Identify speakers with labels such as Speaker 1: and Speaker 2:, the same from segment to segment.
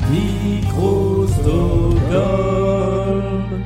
Speaker 1: Micro-Stockholm.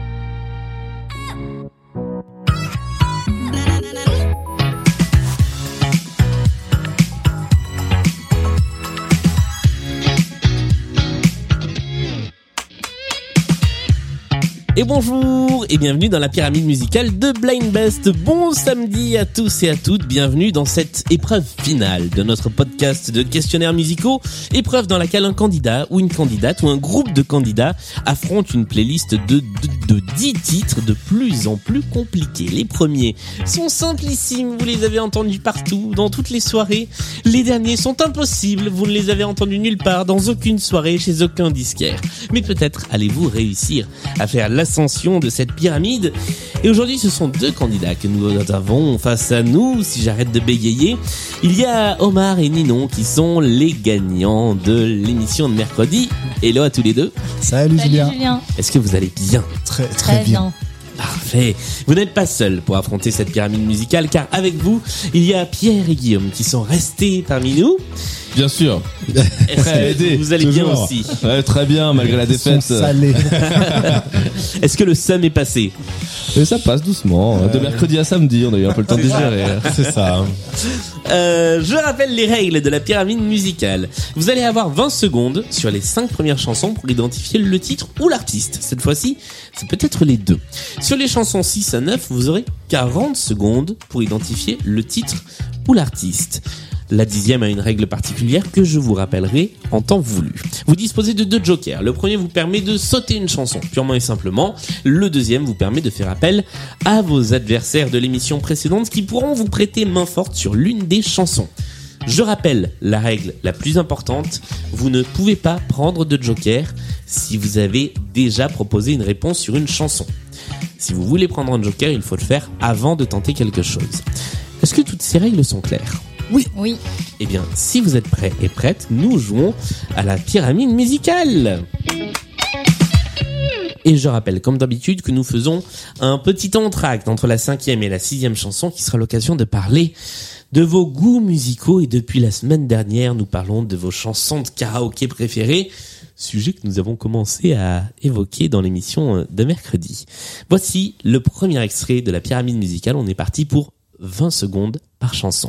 Speaker 1: Et bonjour et bienvenue dans la pyramide musicale de Blind Best. Bon samedi à tous et à toutes, bienvenue dans cette épreuve finale de notre podcast de questionnaires musicaux, épreuve dans laquelle un candidat ou une candidate ou un groupe de candidats affronte une playlist de 10 titres de plus en plus compliqués. Les premiers sont simplissimes, vous les avez entendus partout, dans toutes les soirées. Les derniers sont impossibles, vous ne les avez entendus nulle part, dans aucune soirée, chez aucun disquaire. Mais peut-être allez-vous réussir à faire l'ascension de cette pyramide. Et aujourd'hui, ce sont deux candidats que nous avons face à nous. Si j'arrête de bégayer, il y a Omar et Ninon qui sont les gagnants de l'émission de mercredi. Hello à tous les deux.
Speaker 2: Salut Julien.
Speaker 1: Est-ce que vous allez bien ?
Speaker 2: Très bien.
Speaker 1: Parfait. Vous n'êtes pas seuls pour affronter cette pyramide musicale, car avec vous, il y a Pierre et Guillaume qui sont restés parmi nous.
Speaker 3: Bien sûr.
Speaker 1: Est-ce que vous allez bien aussi ?
Speaker 3: Ouais, très bien, malgré la défaite.
Speaker 1: Est-ce que le seum est passé ?
Speaker 3: Et ça passe doucement. De mercredi à samedi, on a eu un peu le temps de digérer.
Speaker 2: C'est ça.
Speaker 1: Je rappelle les règles de la pyramide musicale. Vous allez avoir 20 secondes sur les 5 premières chansons pour identifier le titre ou l'artiste. Cette fois-ci, c'est peut-être les deux. Sur les chansons 6 à 9, vous aurez 40 secondes pour identifier le titre ou l'artiste. La 10e a une règle particulière que je vous rappellerai en temps voulu. Vous disposez de 2 jokers. Le premier vous permet de sauter une chanson, purement et simplement. Le deuxième vous permet de faire appel à vos adversaires de l'émission précédente qui pourront vous prêter main forte sur l'une des chansons. Je rappelle la règle la plus importante, vous ne pouvez pas prendre de joker si vous avez déjà proposé une réponse sur une chanson. Si vous voulez prendre un joker, il faut le faire avant de tenter quelque chose. Est-ce que toutes ces règles sont claires ?
Speaker 2: Oui.
Speaker 1: Eh bien, si vous êtes prêts et prêtes, nous jouons à la pyramide musicale. Et je rappelle, comme d'habitude, que nous faisons un petit entracte entre la 5e et la 6e chanson qui sera l'occasion de parler de vos goûts musicaux. Et depuis la semaine dernière, nous parlons de vos chansons de karaoké préférées, sujet que nous avons commencé à évoquer dans l'émission de mercredi. Voici le premier extrait de la pyramide musicale. On est parti pour 20 secondes par chanson.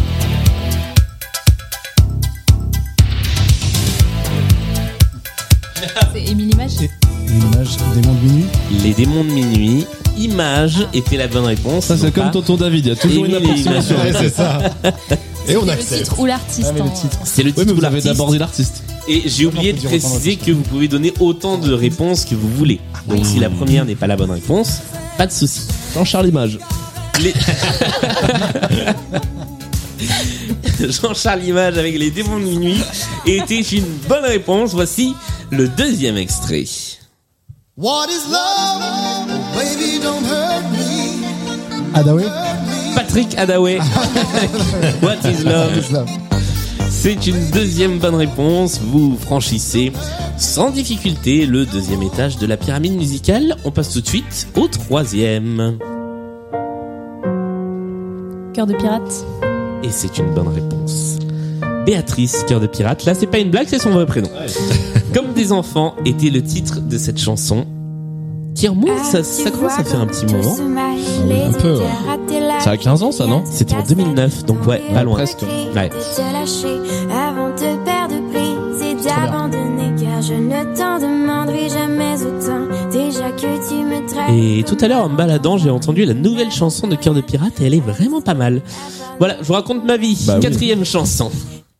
Speaker 4: C'est Émile Image.
Speaker 2: L'image Démons de minuit.
Speaker 1: Les démons de minuit. Image était la bonne réponse.
Speaker 3: Ça, c'est comme tonton David, il y a toujours une approximation.
Speaker 2: Ouais, c'est ça. Et on
Speaker 4: Le
Speaker 2: accepte.
Speaker 4: titre ou l'artiste.
Speaker 2: Ah, mais le titre.
Speaker 1: C'est le
Speaker 3: Oui,
Speaker 1: titre
Speaker 3: mais
Speaker 1: ou
Speaker 3: vous avez
Speaker 1: l'artiste.
Speaker 3: d'abord dit l'artiste.
Speaker 1: Et j'ai oublié de préciser que vous pouvez donner autant de réponses que vous voulez. Donc si la première n'est pas la bonne réponse, pas de souci.
Speaker 3: Jean-Charles Image.
Speaker 1: Les... Jean-Charles Image avec les démons de minuit était une bonne réponse. Voici le deuxième extrait.
Speaker 5: What is love? Baby, don't hurt me.
Speaker 2: Adaway.
Speaker 1: Patrick Adaway. What is love? C'est une deuxième bonne réponse. Vous franchissez sans difficulté le deuxième étage de la pyramide musicale. On passe tout de suite au troisième.
Speaker 4: Cœur de pirate.
Speaker 1: Et c'est une bonne réponse. Béatrice, Cœur de pirate. Là, c'est pas une blague, c'est son vrai prénom. Comme des enfants était le titre de cette chanson. Qui remonte, ça commence à faire un petit moment.
Speaker 3: Un peu. Ça a 15 ans, ça, non?
Speaker 1: C'était en 2009, donc ouais, pas loin.
Speaker 3: Presque.
Speaker 1: Ouais.
Speaker 6: Avant de perdre prise et d'abandonner, car je ne t'en demanderai jamais autant. Déjà que tu me traites.
Speaker 1: Et tout à l'heure, en me baladant, j'ai entendu la nouvelle chanson de Cœur de pirate et elle est vraiment pas mal. Voilà, je vous raconte ma vie.
Speaker 3: Bah oui.
Speaker 1: Quatrième chanson.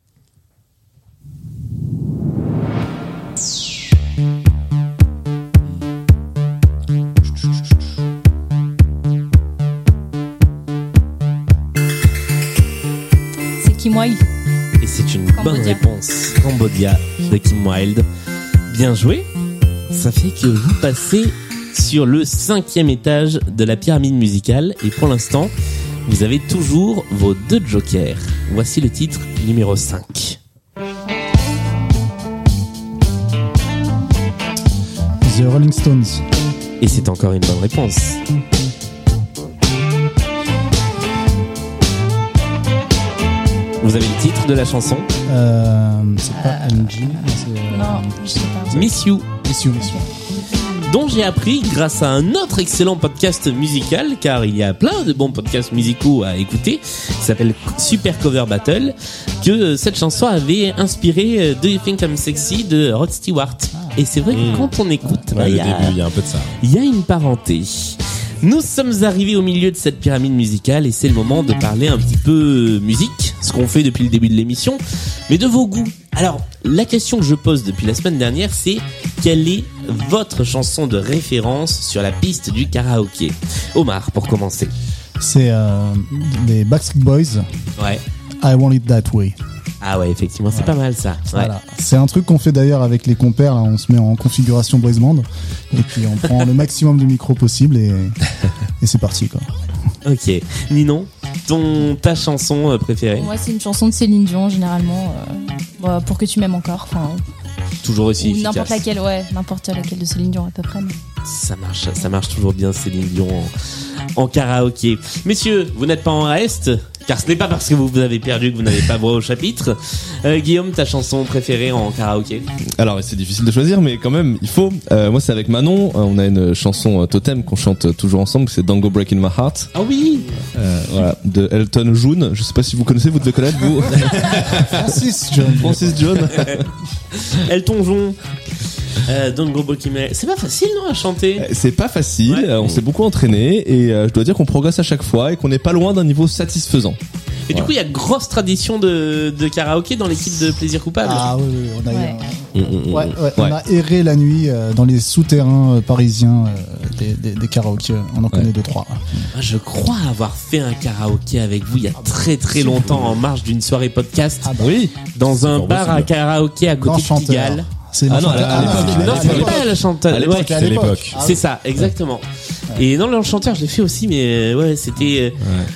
Speaker 4: C'est Kim Wilde.
Speaker 1: Et c'est une
Speaker 4: Cambodia.
Speaker 1: bonne réponse. Cambodia de Kim Wilde. Bien joué. Ça fait que vous passez sur le 5e étage de la pyramide musicale. Et pour l'instant, vous avez toujours vos 2 jokers. Voici le titre numéro 5.
Speaker 2: The Rolling Stones.
Speaker 1: Et c'est encore une bonne réponse. Vous avez le titre de la chanson?
Speaker 2: C'est pas MG, c'est
Speaker 4: Non, je sais pas.
Speaker 1: Miss You.
Speaker 2: Miss You.
Speaker 1: Dont j'ai appris grâce à un autre excellent podcast musical, car il y a plein de bons podcasts musicaux à écouter, qui s'appelle Super Cover Battle, que cette chanson avait inspiré Do You Think I'm Sexy de Rod Stewart. Et c'est vrai que quand on écoute,
Speaker 7: Ouais,
Speaker 1: il
Speaker 7: le début, il y a un peu de ça.
Speaker 1: y a une parenté. Nous sommes arrivés au milieu de cette pyramide musicale et c'est le moment de parler un petit peu musique, ce qu'on fait depuis le début de l'émission, mais de vos goûts. Alors, la question que je pose depuis la semaine dernière, c'est quelle est votre chanson de référence sur la piste du karaoké? Omar, pour commencer.
Speaker 2: C'est les Backstreet Boys,
Speaker 1: Ouais.
Speaker 2: I Want It That Way.
Speaker 1: Ah ouais, effectivement, c'est pas mal ça. Ouais.
Speaker 2: Voilà. C'est un truc qu'on fait d'ailleurs avec les compères, là, on se met en configuration boys band et puis on prend le maximum de micros possible et c'est parti quoi.
Speaker 1: Ok. Ninon, ta chanson préférée?
Speaker 4: Moi, c'est une chanson de Céline Dion, généralement. Pour que tu m'aimes encore. Enfin,
Speaker 1: Toujours aussi
Speaker 4: ou
Speaker 1: efficace.
Speaker 4: n'importe laquelle, n'importe laquelle de Céline Dion à peu près. Mais...
Speaker 1: Ça marche toujours bien Céline Dion en karaoké. Messieurs, vous n'êtes pas en reste, car ce n'est pas parce que vous avez perdu que vous n'avez pas voix au chapitre. Guillaume, ta chanson préférée en karaoké?
Speaker 3: Alors c'est difficile de choisir, mais quand même il faut. Moi c'est avec Manon. On a une chanson totem qu'on chante toujours ensemble. C'est Don't Go Breaking My Heart.
Speaker 1: Ah oui.
Speaker 3: Voilà, de Elton John. Je sais pas si vous connaissez, vous devez connaître vous.
Speaker 2: Francis John.
Speaker 3: Francis John.
Speaker 1: Elton John. Don't Go Breaking My Heart. C'est pas facile non à chanter.
Speaker 3: C'est pas facile.
Speaker 1: Ouais.
Speaker 3: On s'est beaucoup entraîné et je dois dire qu'on progresse à chaque fois et qu'on n'est pas loin d'un niveau satisfaisant.
Speaker 1: Et du coup, il y a grosse tradition de karaoké dans l'équipe de Plaisir Coupable.
Speaker 2: Ah oui, on a
Speaker 4: Ouais.
Speaker 2: on a erré la nuit dans les souterrains parisiens des karaokés. On en connaît 2-3.
Speaker 1: Ah, je crois avoir fait un karaoké avec vous il y a très longtemps en marge d'une soirée podcast
Speaker 3: Oui.
Speaker 1: dans un
Speaker 7: fort
Speaker 1: bar à
Speaker 7: possible.
Speaker 1: karaoké à côté de
Speaker 2: L'Enchanteur.
Speaker 1: Pigalle.
Speaker 2: C'est
Speaker 3: Ah non,
Speaker 2: l'Enchanteur.
Speaker 3: à l'époque.
Speaker 1: Non,
Speaker 2: à
Speaker 1: c'est
Speaker 2: l'époque.
Speaker 1: pas la chanteuse.
Speaker 2: À l'époque,
Speaker 1: Ouais.
Speaker 2: à
Speaker 7: C'était l'époque.
Speaker 2: Ah
Speaker 1: C'est ça, exactement. Et dans l'Enchanteur, je l'ai fait aussi, mais ouais, c'était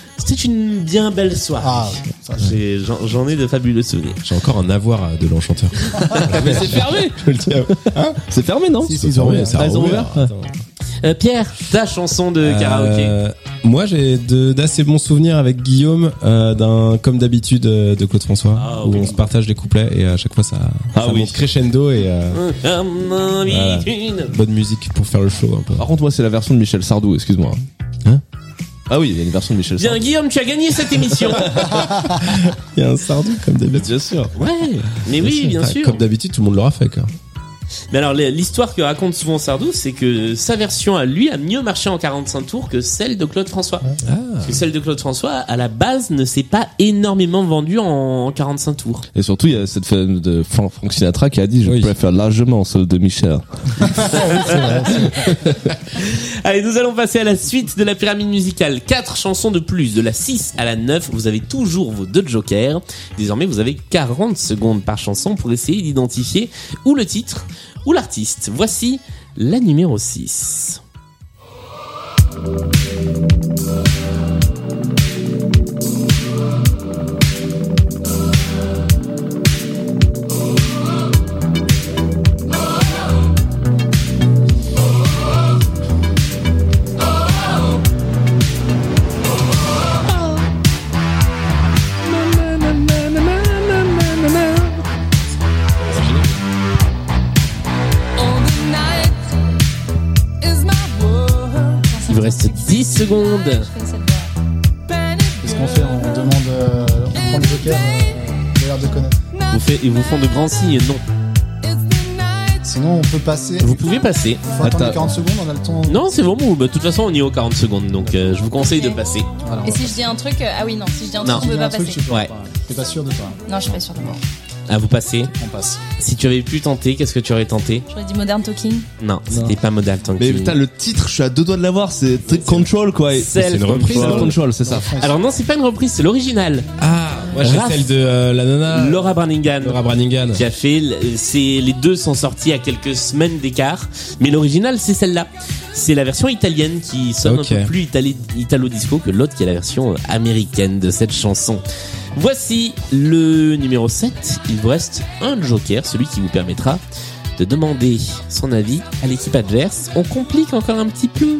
Speaker 1: une bien belle soirée.
Speaker 2: Ah, ça,
Speaker 1: J'en ai de fabuleux souvenirs.
Speaker 7: J'ai encore un avoir de l'Enchanteur.
Speaker 3: Mais c'est fermé.
Speaker 7: Je le dis.
Speaker 3: C'est fermé non?
Speaker 2: Si, ils ont ouvert.
Speaker 7: Ça a
Speaker 3: ils ont
Speaker 7: rouvert.
Speaker 3: ouvert.
Speaker 7: Attends.
Speaker 1: Pierre, ta chanson de karaoké.
Speaker 7: Moi, j'ai d'assez bons souvenirs avec Guillaume d'un comme d'habitude de Claude François
Speaker 1: Ah,
Speaker 7: où
Speaker 1: oui.
Speaker 7: on se partage les couplets et à chaque fois ça
Speaker 3: oui.
Speaker 7: monte crescendo et bonne musique pour faire le show un peu.
Speaker 3: Par contre moi c'est la version de Michel Sardou. Excuse-moi.
Speaker 7: Hein?
Speaker 3: Ah oui, il y a une version de Michel
Speaker 1: Bien,
Speaker 3: Sardou.
Speaker 1: Guillaume, tu as gagné cette émission.
Speaker 7: Il y a un Sardou comme d'habitude.
Speaker 3: Bien sûr.
Speaker 1: Ouais, mais oui, bien sûr.
Speaker 7: Comme d'habitude, tout le monde l'aura fait quoi.
Speaker 1: Mais alors, l'histoire que raconte souvent Sardou, c'est que sa version à lui a mieux marché en 45 tours que celle de Claude François. Parce que celle de Claude François, à la base, ne s'est pas énormément vendue en 45 tours.
Speaker 3: Et surtout il y a cette femme de Frank Sinatra qui a dit je
Speaker 7: Oui.
Speaker 3: préfère largement celle de Michel.
Speaker 1: Allez, nous allons passer à la suite de la pyramide musicale. 4 chansons de plus, de la 6 à la 9. Vous avez toujours vos 2 jokers. Désormais, vous avez 40 secondes par chanson pour essayer d'identifier ou le titre ou l'artiste. Voici la numéro 6. Il vous reste 10 secondes.
Speaker 2: Qu'est-ce qu'on fait? On demande, on prend le joker. J'ai l'air de connaître.
Speaker 1: Ils vous font de grands signes, non.
Speaker 2: Sinon, on peut passer.
Speaker 1: Vous pouvez passer.
Speaker 2: Faut attendre les 40 secondes, on a le temps.
Speaker 1: Non, c'est bon, de toute façon, on y est aux 40 secondes, donc je vous conseille de passer.
Speaker 2: Voilà,
Speaker 4: Et si je dis un truc, ah oui, non, si je dis un
Speaker 1: Non.
Speaker 4: truc, on peut
Speaker 2: Il y a un
Speaker 4: pas
Speaker 2: truc,
Speaker 4: passer.
Speaker 2: tu peux
Speaker 1: Ouais.
Speaker 2: pas. T'es pas sûr de toi?
Speaker 4: Non, je suis pas sûre de moi.
Speaker 1: À vous passer.
Speaker 2: On passe.
Speaker 1: Si tu avais pu tenter, qu'est-ce que tu aurais tenté?
Speaker 4: J'aurais dit Modern Talking.
Speaker 1: Non, c'était pas Modal
Speaker 3: Mais
Speaker 1: Talking.
Speaker 3: putain le titre je suis à 2 doigts de l'avoir. C'est Trick Control quoi.
Speaker 1: Self
Speaker 7: une reprise,
Speaker 1: Control.
Speaker 3: Self Control c'est ça.
Speaker 1: Alors non, c'est pas une reprise, c'est l'original.
Speaker 7: Ah, moi j'ai
Speaker 1: Raph.
Speaker 7: celle de la nana
Speaker 1: Laura Branigan.
Speaker 7: Laura Branigan.
Speaker 1: Qui a fait, les deux sont sortis à quelques semaines d'écart, mais l'original c'est celle-là. C'est la version italienne qui sonne
Speaker 7: Ok.
Speaker 1: un peu plus italo-disco que l'autre qui est la version américaine de cette chanson. Voici le numéro 7. Il vous reste un joker, celui qui vous permettra de demander son avis à l'équipe adverse. On complique encore un petit peu.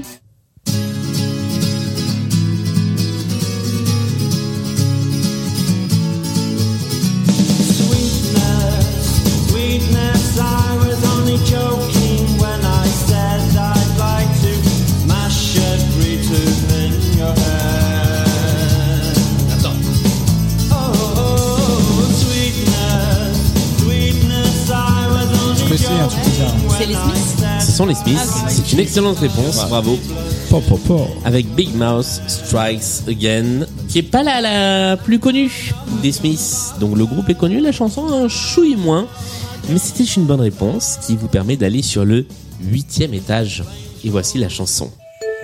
Speaker 4: C'est les Smiths.
Speaker 1: Ce sont les Smiths. C'est une excellente réponse. Bravo. Avec Big Mouth Strikes Again, qui est pas la plus connue des Smiths. Donc le groupe est connu, la chanson un chouille moins. Mais c'était une bonne réponse qui vous permet d'aller sur le 8e étage. Et voici la chanson.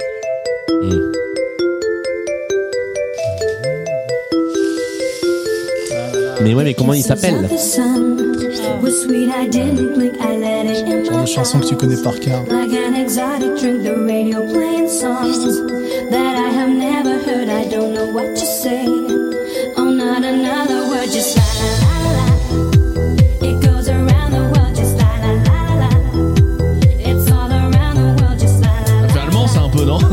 Speaker 1: Mais ouais, mais comment il s'appelle?
Speaker 2: Genre de chanson que tu connais par cœur.
Speaker 3: C'est allemand, c'est un peu, non?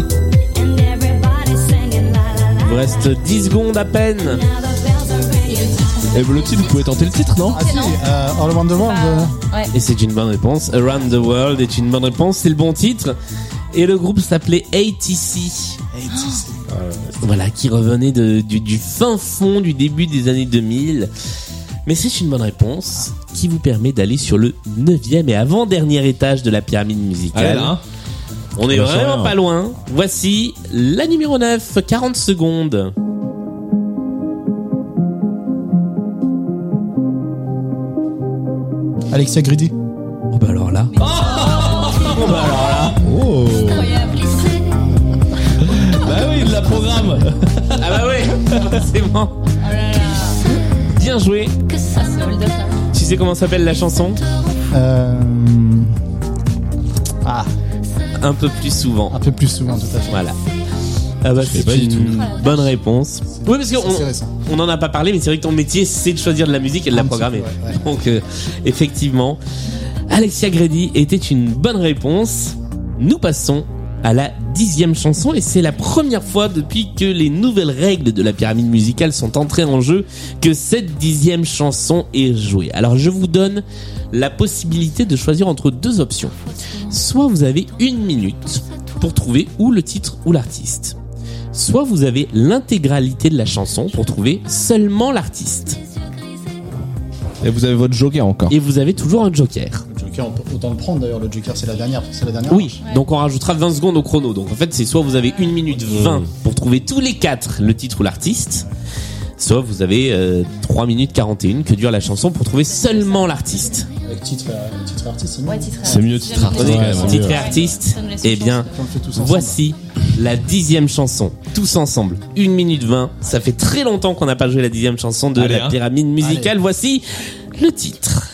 Speaker 1: Il vous reste 10 secondes à peine.
Speaker 3: Et le titre, vous pouvez tenter le titre, non?
Speaker 2: Ah si, All Around the World.
Speaker 4: Ouais.
Speaker 1: Et c'est une bonne réponse. Around the World est une bonne réponse. C'est le bon titre. Et le groupe s'appelait ATC. Voilà, qui revenait du fin fond du début des années 2000. Mais c'est une bonne réponse qui vous permet d'aller sur le 9e et avant-dernier étage de la pyramide musicale.
Speaker 3: Allez, là.
Speaker 1: On est
Speaker 3: va
Speaker 1: vraiment
Speaker 3: rien.
Speaker 1: pas loin. Voici la numéro 9, 40 secondes.
Speaker 2: Alexia Greedy.
Speaker 1: Oh bah alors là. Oh bah alors là.
Speaker 3: Oh. Bah oui, de la programme.
Speaker 1: Ah bah ouais, forcément.
Speaker 4: Oh là là.
Speaker 1: Bien joué.
Speaker 4: Ah, c'est hold up, là.
Speaker 1: Tu sais comment s'appelle la chanson? Un peu plus souvent.
Speaker 2: Un peu plus souvent, tout à fait.
Speaker 1: Voilà. Ah bah c'est
Speaker 3: pas du tout.
Speaker 1: une bonne réponse. Oui, parce
Speaker 2: C'est
Speaker 1: qu'on
Speaker 2: récent.
Speaker 1: on en a pas parlé, mais c'est vrai que ton métier c'est de choisir de la musique et de la
Speaker 2: Un petit
Speaker 1: programmer.
Speaker 2: peu, ouais.
Speaker 1: Donc effectivement, Alexia Greedy était une bonne réponse. Nous passons à la 10e chanson et c'est la première fois depuis que les nouvelles règles de la pyramide musicale sont entrées en jeu que cette 10e chanson est jouée. Alors je vous donne la possibilité de choisir entre deux options. Soit vous avez 1 minute pour trouver ou le titre ou l'artiste. Soit vous avez l'intégralité de la chanson pour trouver seulement l'artiste.
Speaker 3: Et vous avez votre joker encore.
Speaker 1: Et vous avez toujours un joker.
Speaker 2: Le Joker, on peut autant le prendre d'ailleurs. Le Joker, c'est la dernière.
Speaker 1: Oui, donc on rajoutera 20 secondes au chrono. Donc en fait, c'est soit vous avez 1 minute 20 pour trouver tous les 4 le titre ou l'artiste, soit vous avez 3 minutes 41 que dure la chanson pour trouver seulement l'artiste.
Speaker 2: Avec titre et artiste, c'est mieux.
Speaker 4: Ouais, titre.
Speaker 3: C'est mieux titre artiste.
Speaker 1: Prenez
Speaker 3: Ouais, c'est
Speaker 1: titre
Speaker 3: mieux.
Speaker 1: et artiste. Eh bien,
Speaker 2: On le fait tous ensemble.
Speaker 1: voici la 10e chanson. Tous ensemble. 1 minute 20. Ça fait très longtemps qu'on n'a pas joué la 10e chanson de
Speaker 3: Allez,
Speaker 1: la
Speaker 3: hein.
Speaker 1: pyramide musicale.
Speaker 2: Allez.
Speaker 1: Voici le titre.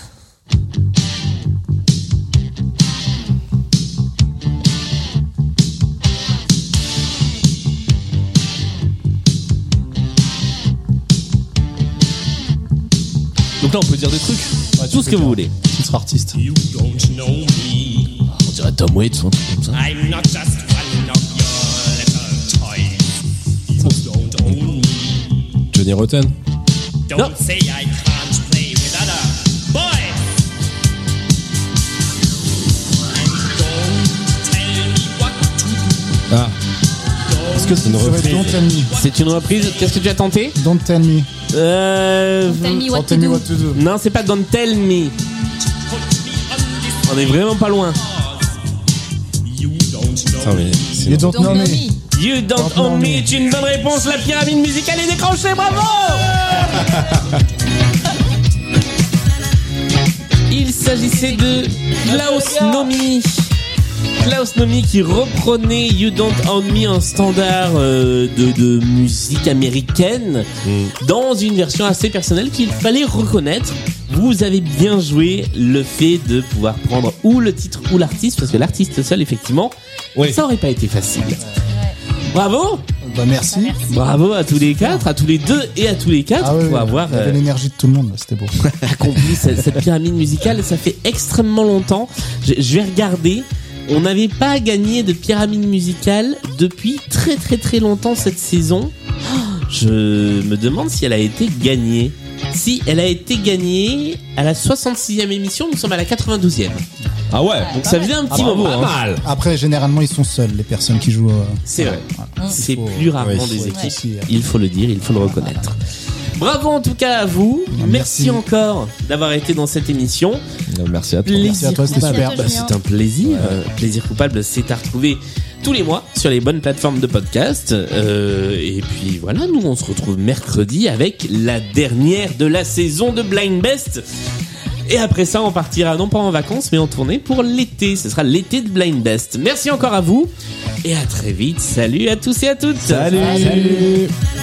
Speaker 3: Donc là, on peut dire des trucs.
Speaker 2: Ouais, tu
Speaker 1: Tout ce
Speaker 2: peux
Speaker 1: que vous
Speaker 2: dire.
Speaker 1: voulez.
Speaker 2: Titre artiste.
Speaker 8: You don't know me.
Speaker 3: On dirait Tom Waits ou un truc comme ça.
Speaker 8: I'm not just one of your little toys. You don't own me.
Speaker 7: Johnny Rotten.
Speaker 8: Don't
Speaker 1: No.
Speaker 8: say I can't play with other boys. And don't tell me what to do.
Speaker 7: Ah,
Speaker 2: Est-ce que c'est une reprise? Don't tell me.
Speaker 1: C'est une reprise. Qu'est-ce que tu as tenté?
Speaker 2: Don't tell me.
Speaker 4: Tell me what
Speaker 2: Don't
Speaker 4: to
Speaker 2: tell me
Speaker 4: do.
Speaker 2: what to do.
Speaker 1: Non, c'est pas Don't Tell Me.
Speaker 8: Put me on this.
Speaker 1: On est vraiment pas loin.
Speaker 8: You don't know
Speaker 7: attends, mais c'est
Speaker 2: You don't know me.
Speaker 1: You Don't Own Me est une bonne réponse. La pyramide musicale est décrochée. Bravo! Il s'agissait de Klaus Nomi. Klaus Nomi qui reprenait You Don't Own Me, un standard de musique américaine, dans une version assez personnelle qu'il fallait reconnaître. Vous avez bien joué le fait de pouvoir prendre ou le titre ou l'artiste, parce que l'artiste seul, effectivement,
Speaker 3: Oui.
Speaker 1: ça aurait pas été facile. Bravo!
Speaker 2: Bah merci.
Speaker 1: Bravo à tous les 4, à tous les 2 et à tous les 4
Speaker 2: Ah oui,
Speaker 1: pour
Speaker 2: oui.
Speaker 1: avoir
Speaker 2: Il y avait l'énergie de tout le monde, là, c'était beau.
Speaker 1: accompli cette pyramide musicale. Ça fait extrêmement longtemps. Je vais regarder. On n'avait pas gagné de pyramide musicale depuis très très très longtemps cette saison. Je me demande si elle a été gagnée. Si elle a été gagnée à la 66e émission, nous sommes à la 92e.
Speaker 3: Ah ouais.
Speaker 1: Donc ça faisait un petit
Speaker 2: bravo,
Speaker 1: moment.
Speaker 3: Pas mal.
Speaker 2: Après, généralement, ils sont seuls, les personnes qui jouent.
Speaker 1: C'est vrai.
Speaker 2: Voilà.
Speaker 1: C'est
Speaker 2: Faut-
Speaker 1: plus rarement
Speaker 2: faut
Speaker 1: des
Speaker 2: être
Speaker 1: équipes.
Speaker 2: aussi,
Speaker 1: Il faut le dire, il faut le reconnaître. Bravo en tout cas à vous. Merci encore d'avoir été dans cette émission.
Speaker 3: Merci à toi.
Speaker 2: Merci à toi, c'était
Speaker 4: Merci à
Speaker 2: super.
Speaker 4: toi, Julien.
Speaker 1: C'est un plaisir. Plaisir coupable, c'est à retrouver tous les mois sur les bonnes plateformes de podcast. Et puis voilà, nous on se retrouve mercredi avec la dernière de la saison de Blind Best. Et après ça, on partira non pas en vacances, mais en tournée pour l'été. Ce sera l'été de Blind Best. Merci encore à vous. Et à très vite. Salut à tous et à toutes.
Speaker 3: Salut.
Speaker 2: Salut.